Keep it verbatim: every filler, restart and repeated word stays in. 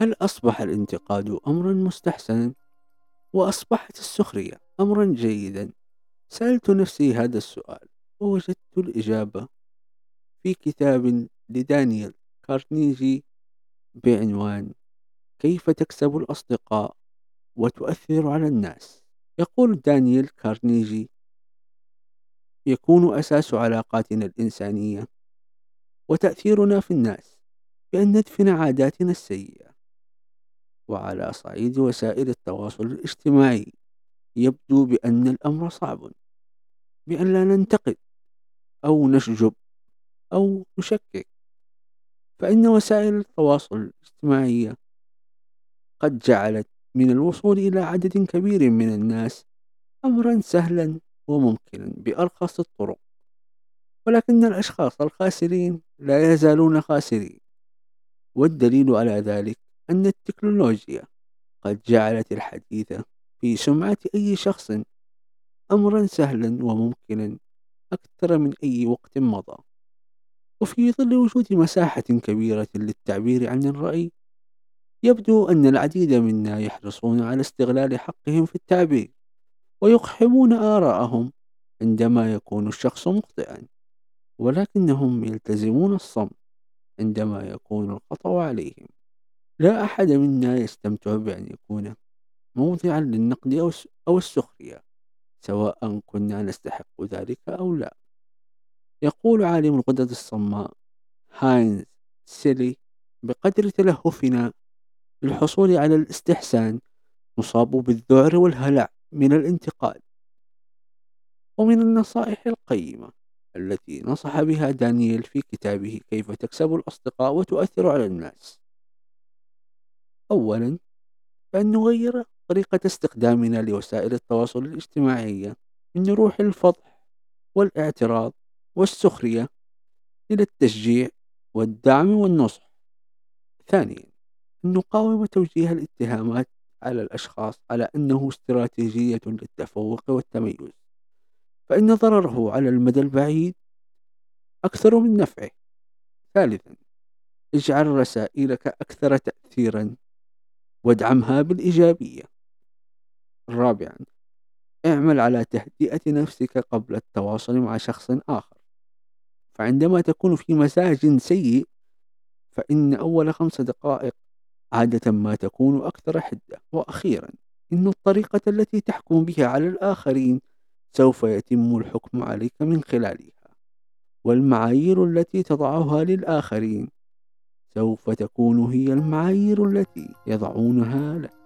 هل أصبح الانتقاد أمرا مستحسنا وأصبحت السخرية أمرا جيدا؟ سألت نفسي هذا السؤال ووجدت الإجابة في كتاب لدانيال كارنيجي بعنوان كيف تكسب الأصدقاء وتؤثر على الناس. يقول دانيال كارنيجي: يكون أساس علاقاتنا الإنسانية وتأثيرنا في الناس بأن ندفن عاداتنا السيئة. وعلى صعيد وسائل التواصل الاجتماعي يبدو بأن الأمر صعب، بأن لا ننتقد أو نشجب أو نشكك، فإن وسائل التواصل الاجتماعي قد جعلت من الوصول إلى عدد كبير من الناس أمرا سهلا وممكنا بأرخص الطرق، ولكن الأشخاص الخاسرين لا يزالون خاسرين. والدليل على ذلك أن التكنولوجيا قد جعلت الحديث في سمعة أي شخص أمرا سهلا وممكنا أكثر من أي وقت مضى. وفي ظل وجود مساحة كبيرة للتعبير عن الرأي، يبدو أن العديد منا يحرصون على استغلال حقهم في التعبير ويقحمون آراءهم عندما يكون الشخص مخطئا، ولكنهم يلتزمون الصمت عندما يكون الخطأ عليهم. لا أحد منا يستمتع بأن يكون موضعا للنقد أو الس- أو السخرية، سواء كنا نستحق ذلك أو لا. يقول عالم الغدد الصماء هاينز سيلي: بقدر تلهفنا للحصول على الاستحسان نصاب بالذعر والهلع من الانتقاد. ومن النصائح القيمة التي نصح بها دانييل في كتابه كيف تكسب الأصدقاء وتؤثر على الناس: أولا، بأن نغير طريقة استخدامنا لوسائل التواصل الاجتماعي من روح الفضح والاعتراض والسخرية إلى التشجيع والدعم والنصح. ثانيا، أن نقاوم توجيه الاتهامات على الأشخاص على أنه استراتيجية للتفوق والتميز، فإن ضرره على المدى البعيد أكثر من نفعه. ثالثا، اجعل رسائلك أكثر تأثيرا وادعمها بالإيجابية. رابعا، اعمل على تهدئة نفسك قبل التواصل مع شخص آخر، فعندما تكون في مزاج سيء فإن أول خمس دقائق عادة ما تكون أكثر حدة. وأخيرا، إن الطريقة التي تحكم بها على الآخرين سوف يتم الحكم عليك من خلالها، والمعايير التي تضعها للآخرين سوف تكون هي المعايير التي يضعونها لك.